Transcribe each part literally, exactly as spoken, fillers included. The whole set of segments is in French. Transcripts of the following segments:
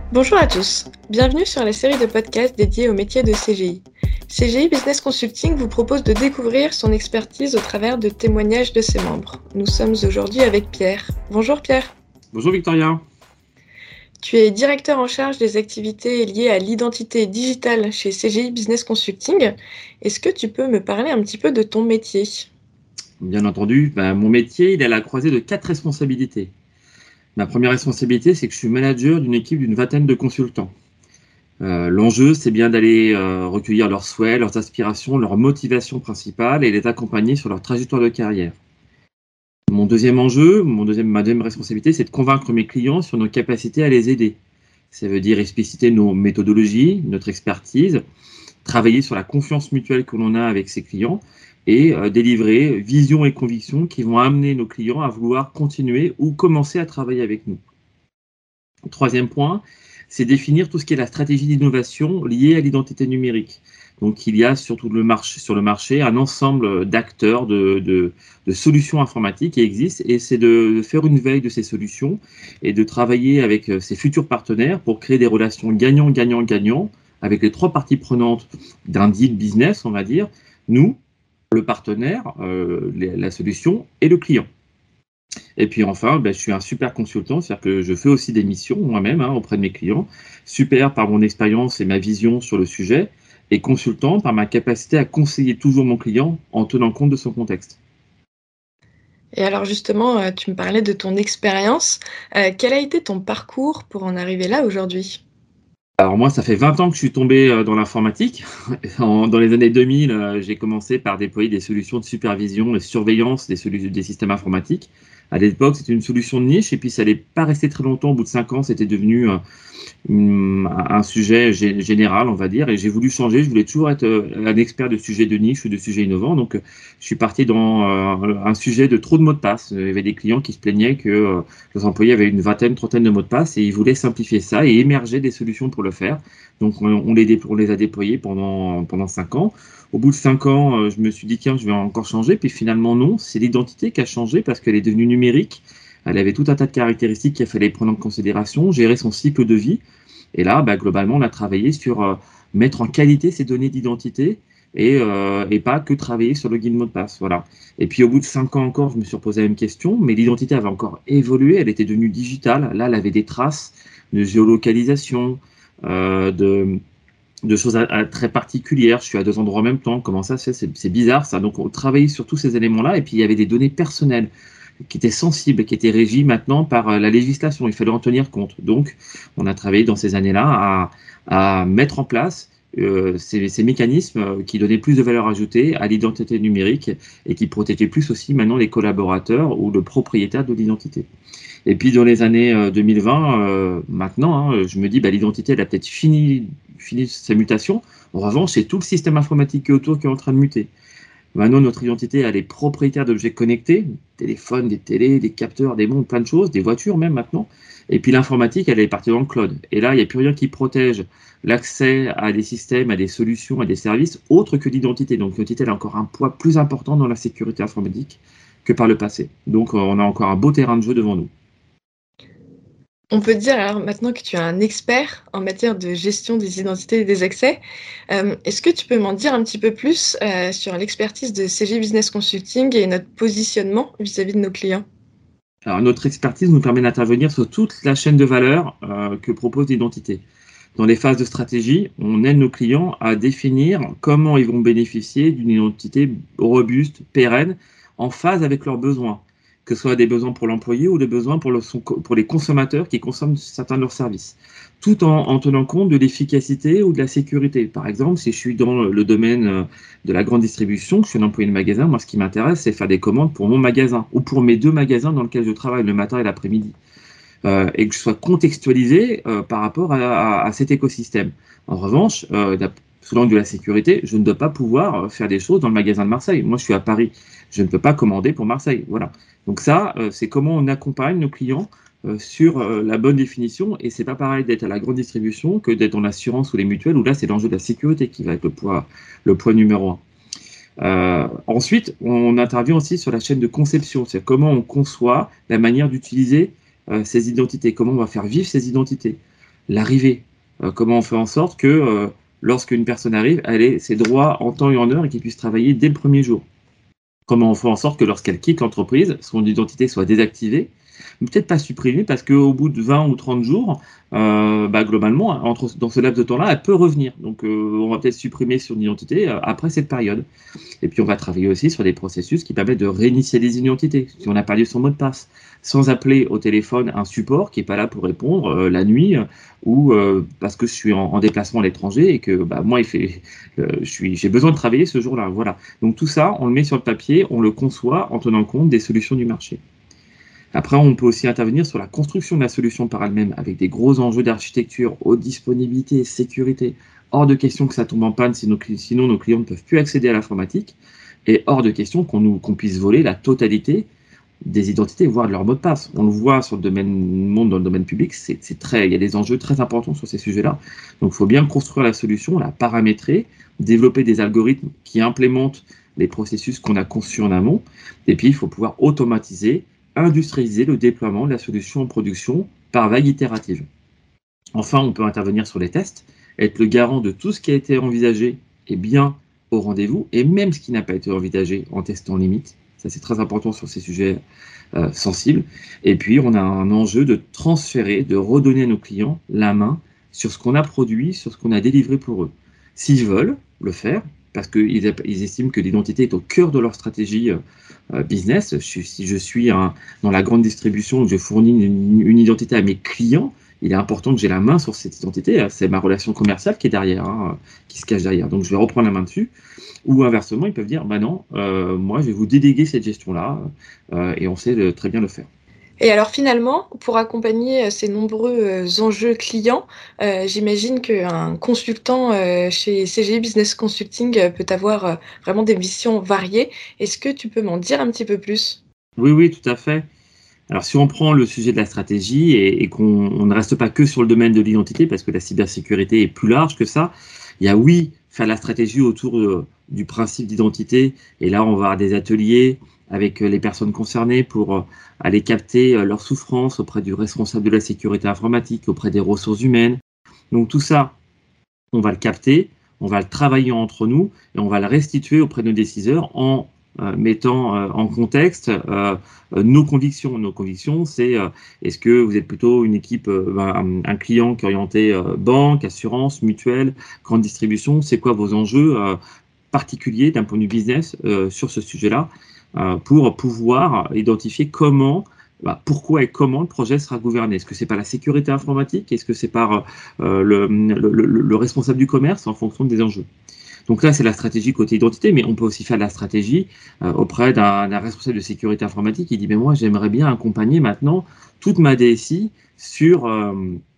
Bonjour à tous, bienvenue sur la série de podcasts dédiée au métier de C G I. C G I Business Consulting vous propose de découvrir son expertise au travers de témoignages de ses membres. Nous sommes aujourd'hui avec Pierre. Bonjour Pierre. Bonjour Victoria. Tu es directeur en charge des activités liées à l'identité digitale chez C G I Business Consulting. Est-ce que tu peux me parler un petit peu de ton métier ? Bien entendu, ben, mon métier, il est à la croisée de quatre responsabilités. Ma première responsabilité, c'est que je suis manager d'une équipe d'une vingtaine de consultants. Euh, l'enjeu, c'est bien d'aller euh, recueillir leurs souhaits, leurs aspirations, leurs motivations principales et les accompagner sur leur trajectoire de carrière. Mon deuxième enjeu, mon deuxième, ma deuxième responsabilité, c'est de convaincre mes clients sur nos capacités à les aider. Ça veut dire expliciter nos méthodologies, notre expertise, travailler sur la confiance mutuelle que l'on a avec ses clients et euh, délivrer vision et conviction qui vont amener nos clients à vouloir continuer ou commencer à travailler avec nous. Troisième point, c'est définir tout ce qui est la stratégie d'innovation liée à l'identité numérique. Donc, il y a surtout le marché, sur le marché un ensemble d'acteurs, de, de, de solutions informatiques qui existent, et c'est de faire une veille de ces solutions et de travailler avec ses futurs partenaires pour créer des relations gagnant-gagnant-gagnant avec les trois parties prenantes d'un deal business, on va dire, nous, le partenaire, euh, la solution et le client. Et puis enfin, ben, je suis un super consultant, c'est-à-dire que je fais aussi des missions moi-même hein, auprès de mes clients, super par mon expérience et ma vision sur le sujet, et consultant par ma capacité à conseiller toujours mon client en tenant compte de son contexte. Et alors justement, euh, tu me parlais de ton expérience. Euh, quel a été ton parcours pour en arriver là aujourd'hui ? Alors moi, ça fait vingt ans que je suis tombé euh, dans l'informatique. En- Dans les années deux mille, euh, j'ai commencé par déployer des solutions de supervision et de surveillance des, solu- des systèmes informatiques. À l'époque, c'était une solution de niche et puis ça n'allait pas rester très longtemps. Au bout de cinq ans, c'était devenu euh, une- un sujet gé- général, on va dire, et j'ai voulu changer. Je voulais toujours être euh, un expert de sujets de niche ou de sujets innovants. Donc, euh, je suis parti dans euh, un sujet de trop de mots de passe. Il y avait des clients qui se plaignaient que euh, les employés avaient une vingtaine, trentaine de mots de passe et ils voulaient simplifier ça et émerger des solutions pour le faire. Donc, on, on les, dé- on les a déployés pendant, pendant cinq ans. Au bout de cinq ans, euh, je me suis dit, tiens, je vais encore changer. Puis finalement, non, c'est l'identité qui a changé parce qu'elle est devenue numérique. Elle avait tout un tas de caractéristiques qu'il fallait prendre en considération, gérer son cycle de vie. Et là, bah, globalement, on a travaillé sur euh, mettre en qualité ces données d'identité et, euh, et pas que travailler sur le guide mot de passe. Voilà. Et puis au bout de cinq ans encore, je me suis reposé la même question, mais l'identité avait encore évolué, elle était devenue digitale. Là, elle avait des traces de géolocalisation, euh, de, de choses à, à très particulières. Je suis à deux endroits en même temps. Comment ça se fait? C'est c'est bizarre ça. Donc on travaillait sur tous ces éléments-là et puis il y avait des données personnelles qui étaient sensibles, qui étaient régies maintenant par euh, la législation. Il fallait en tenir compte. Donc on a travaillé dans ces années-là à, à mettre en place euh, ces, ces mécanismes euh, qui donnaient plus de valeur ajoutée à l'identité numérique et qui protégeaient plus aussi maintenant les collaborateurs ou le propriétaire de l'identité. Et puis dans les années euh, deux mille vingt, euh, maintenant, hein, je me dis, bah, l'identité, elle a peut-être fini, fini sa mutation. En revanche, c'est tout le système informatique qui est autour qui est en train de muter. Maintenant, notre identité, elle est propriétaire d'objets connectés, des téléphones, des télés, des capteurs, des montres, plein de choses, des voitures même maintenant. Et puis l'informatique, elle est partie dans le cloud. Et là, il n'y a plus rien qui protège l'accès à des systèmes, à des solutions, à des services, autres que l'identité. Donc l'identité, elle a encore un poids plus important dans la sécurité informatique que par le passé. Donc euh, on a encore un beau terrain de jeu devant nous. On peut dire alors maintenant que tu es un expert en matière de gestion des identités et des accès. Euh, est-ce que tu peux m'en dire un petit peu plus euh, sur l'expertise de C G I Business Consulting et notre positionnement vis-à-vis de nos clients ? Alors, notre expertise nous permet d'intervenir sur toute la chaîne de valeur euh, que propose l'identité. Dans les phases de stratégie, on aide nos clients à définir comment ils vont bénéficier d'une identité robuste, pérenne, en phase avec leurs besoins, que ce soit des besoins pour l'employé ou des besoins pour, le, pour les consommateurs qui consomment certains de leurs services, tout en, en tenant compte de l'efficacité ou de la sécurité. Par exemple, si je suis dans le domaine de la grande distribution, que je suis un employé de magasin, moi ce qui m'intéresse, c'est faire des commandes pour mon magasin ou pour mes deux magasins dans lesquels je travaille le matin et l'après-midi euh, et que je sois contextualisé euh, par rapport à, à, à cet écosystème. En revanche, euh, sous l'angle de la sécurité, je ne dois pas pouvoir faire des choses dans le magasin de Marseille. Moi, je suis à Paris, je ne peux pas commander pour Marseille. Voilà. Donc ça, euh, c'est comment on accompagne nos clients euh, sur euh, la bonne définition. Et c'est pas pareil d'être à la grande distribution que d'être dans l'assurance ou les mutuelles, où là, c'est l'enjeu de la sécurité qui va être le point, le point numéro un. Euh, ensuite, on intervient aussi sur la chaîne de conception, c'est comment on conçoit la manière d'utiliser euh, ces identités, comment on va faire vivre ces identités. l'arrivée. Euh, comment on fait en sorte que euh, lorsqu'une personne arrive, elle ait ses droits en temps et en heure et qu'elle puisse travailler dès le premier jour. Comment on fait en sorte que lorsqu'elle quitte l'entreprise, son identité soit désactivée, peut-être pas supprimée, parce qu'au bout de vingt ou trente jours, euh, bah, globalement, entre, dans ce laps de temps-là, elle peut revenir. Donc, euh, on va peut-être supprimer son identité euh, après cette période. Et puis, on va travailler aussi sur des processus qui permettent de réinitialiser une identité. Si on a perdu son mot de passe, sans appeler au téléphone un support qui n'est pas là pour répondre euh, la nuit, euh, ou euh, parce que je suis en, en déplacement à l'étranger et que bah, moi, il fait, euh, je suis, j'ai besoin de travailler ce jour-là. Voilà. Donc, tout ça, on le met sur le papier, on le conçoit en tenant compte des solutions du marché. Après, on peut aussi intervenir sur la construction de la solution par elle-même avec des gros enjeux d'architecture, haute disponibilité, sécurité. Hors de question que ça tombe en panne, sinon, sinon nos clients ne peuvent plus accéder à l'informatique. Et hors de question qu'on nous, qu'on puisse voler la totalité des identités, voire de leur mot de passe. On le voit sur le domaine monde, dans le domaine public, c'est, c'est très, il y a des enjeux très importants sur ces sujets-là. Donc, il faut bien construire la solution, la paramétrer, développer des algorithmes qui implémentent les processus qu'on a conçus en amont. Et puis, il faut pouvoir automatiser, industrialiser le déploiement de la solution en production par vague itérative. Enfin, on peut intervenir sur les tests, être le garant de tout ce qui a été envisagé et bien au rendez-vous, et même ce qui n'a pas été envisagé en testant limite. Ça, c'est très important sur ces sujets euh, sensibles. Et puis, on a un enjeu de transférer, de redonner à nos clients la main sur ce qu'on a produit, sur ce qu'on a délivré pour eux. S'ils veulent le faire, parce qu'ils ils estiment que l'identité est au cœur de leur stratégie euh, business. Je, si je suis un, dans la grande distribution, que je fournis une, une identité à mes clients, il est important que j'ai la main sur cette identité. C'est ma relation commerciale qui est derrière, hein, qui se cache derrière. Donc, je vais reprendre la main dessus. Ou inversement, ils peuvent dire, bah non, euh, moi, je vais vous déléguer cette gestion-là, euh, et on sait le, très bien le faire. Et alors finalement, pour accompagner ces nombreux enjeux clients, euh, j'imagine qu'un consultant euh, chez C G I Business Consulting euh, peut avoir euh, vraiment des missions variées. Est-ce que tu peux m'en dire un petit peu plus? Oui, oui, tout à fait. Alors, si on prend le sujet de la stratégie et, et qu'on on ne reste pas que sur le domaine de l'identité, parce que la cybersécurité est plus large que ça, il y a oui, faire la stratégie autour de, du principe d'identité. Et là, on va avoir des ateliers avec les personnes concernées pour aller capter leurs souffrances auprès du responsable de la sécurité informatique, auprès des ressources humaines. Donc tout ça, on va le capter, on va le travailler entre nous et on va le restituer auprès de nos décideurs en Euh, mettant euh, en contexte euh, euh, nos convictions. Nos convictions, c'est euh, est-ce que vous êtes plutôt une équipe, euh, un, un client qui est orienté euh, banque, assurance, mutuelle, grande distribution, c'est quoi vos enjeux euh, particuliers d'un point de vue business euh, sur ce sujet-là euh, pour pouvoir identifier comment, bah, pourquoi et comment le projet sera gouverné. Est-ce que c'est par la sécurité informatique? Est-ce que c'est par euh, le, le, le, le responsable du commerce en fonction des enjeux? Donc là, c'est la stratégie côté identité, mais on peut aussi faire de la stratégie euh, auprès d'un, d'un responsable de sécurité informatique qui dit, mais moi, j'aimerais bien accompagner maintenant toute ma D S I sur, euh,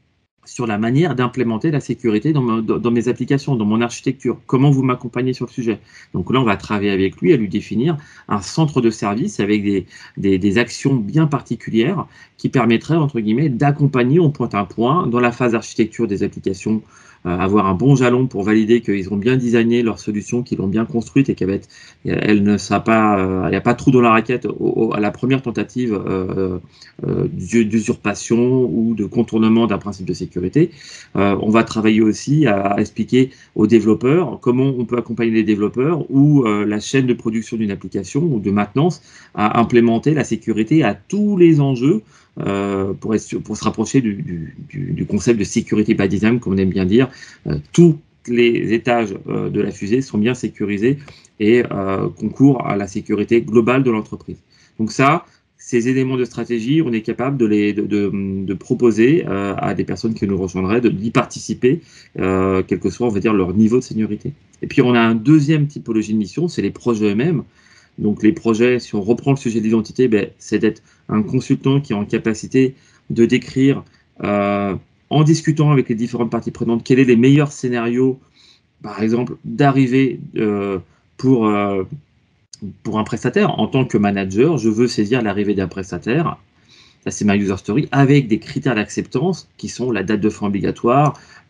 sur la manière d'implémenter la sécurité dans, ma, dans, dans mes applications, dans mon architecture. Comment vous m'accompagnez sur le sujet? Donc là, on va travailler avec lui à lui définir un centre de service avec des, des, des actions bien particulières qui permettraient, entre guillemets, d'accompagner, on pointe un point, dans la phase d'architecture des applications, Euh, avoir un bon jalon pour valider qu'ils ont bien designé leur solution, qu'ils l'ont bien construite et qu'elle va être, elle ne sera pas, euh, il n'y a pas de trou dans la raquette au, au, à la première tentative euh, euh, d'usurpation ou de contournement d'un principe de sécurité. Euh, on va travailler aussi à, à expliquer aux développeurs comment on peut accompagner les développeurs ou euh, la chaîne de production d'une application ou de maintenance à implémenter la sécurité à tous les enjeux Euh, pour, être, pour se rapprocher du, du, du concept de security by design, comme on aime bien dire. Euh, tous les étages euh, de la fusée sont bien sécurisés et euh, concourent à la sécurité globale de l'entreprise. Donc ça, ces éléments de stratégie, on est capable de les de, de, de proposer euh, à des personnes qui nous rejoindraient, de d'y participer, euh, quel que soit, on va dire, leur niveau de seniorité. Et puis on a un deuxième typologie de mission, c'est les projets eux-mêmes. Donc les projets, si on reprend le sujet de l'identité, ben, c'est d'être un consultant qui est en capacité de décrire, euh, en discutant avec les différentes parties prenantes, quels sont les meilleurs scénarios, par exemple, d'arriver euh, pour, euh, pour un prestataire. En tant que manager, je veux saisir l'arrivée d'un prestataire. Ça, c'est ma user story, avec des critères d'acceptance qui sont la date de fin obligatoire,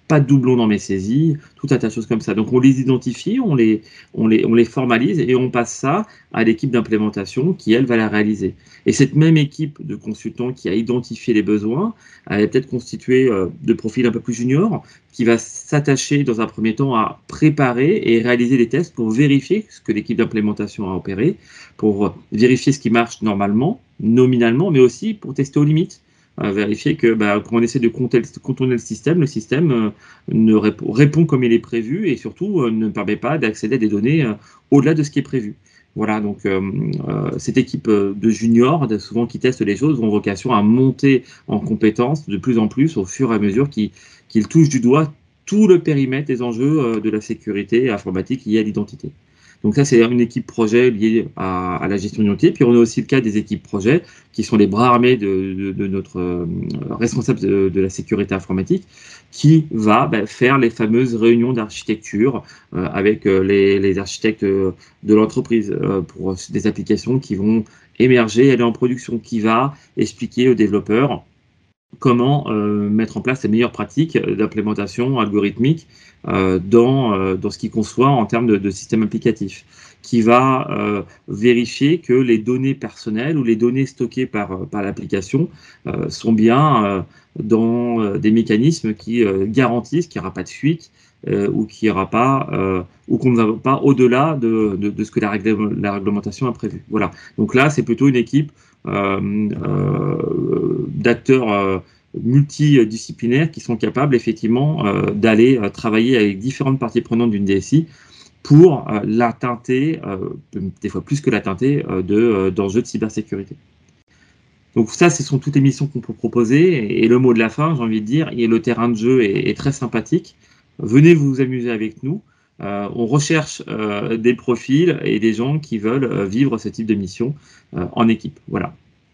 pas de doublons dans mes saisies, tout un tas de choses comme ça. Donc on les identifie, on les, on les, on les formalise et on passe ça à l'équipe d'implémentation qui, elle, va la réaliser. Et cette même équipe de consultants qui a identifié les besoins, elle est peut-être constituée euh, de profils un peu plus juniors, qui va s'attacher dans un premier temps à préparer et réaliser des tests pour vérifier ce que l'équipe d'implémentation a opéré, pour vérifier ce qui marche normalement, nominalement, mais aussi pour tester aux limites. Euh, vérifier que bah, quand on essaie de contourner le système, le système euh, ne répond, répond comme il est prévu et surtout euh, ne permet pas d'accéder à des données euh, au-delà de ce qui est prévu. Voilà, donc euh, euh, cette équipe de juniors, souvent qui testent les choses, ont vocation à monter en compétences de plus en plus au fur et à mesure qu'ils qu'ils touchent du doigt tout le périmètre des enjeux euh, de la sécurité informatique liés à l'identité. Donc ça, c'est une équipe projet liée à, à la gestion d'identité. Puis on a aussi le cas des équipes projet, qui sont les bras armés de, de, de notre euh, responsable de, de la sécurité informatique, qui va bah, faire les fameuses réunions d'architecture euh, avec euh, les, les architectes de l'entreprise euh, pour des applications qui vont émerger et aller en production, qui va expliquer aux développeurs comment euh, mettre en place les meilleures pratiques d'implémentation algorithmique euh, dans, euh, dans ce qu'il conçoit en termes de, de système applicatif, qui va euh, vérifier que les données personnelles ou les données stockées par, par l'application euh, sont bien euh, dans euh, des mécanismes qui euh, garantissent qu'il n'y aura pas de fuite euh, ou qu'il y aura pas euh, ou qu'on ne va pas au-delà de, de, de ce que la, règle, la réglementation a prévu. Voilà. Donc là, c'est plutôt une équipe Euh, euh, d'acteurs euh, multidisciplinaires qui sont capables effectivement euh, d'aller euh, travailler avec différentes parties prenantes d'une D S I pour euh, la teinter, euh, des fois plus que la teinter, euh, de, euh, d'enjeux de cybersécurité. Donc ça, ce sont toutes les missions qu'on peut proposer. Et, et le mot de la fin, j'ai envie de dire, et le terrain de jeu est, est très sympathique. Venez vous amuser avec nous. Euh, on recherche euh, des profils et des gens qui veulent euh, vivre ce type de mission euh, en équipe. Voilà.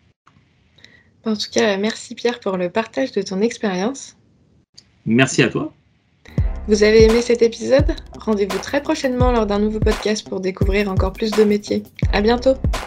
En tout cas, merci Pierre pour le partage de ton expérience. Merci à toi. Vous avez aimé cet épisode ? Rendez-vous très prochainement lors d'un nouveau podcast pour découvrir encore plus de métiers. À bientôt.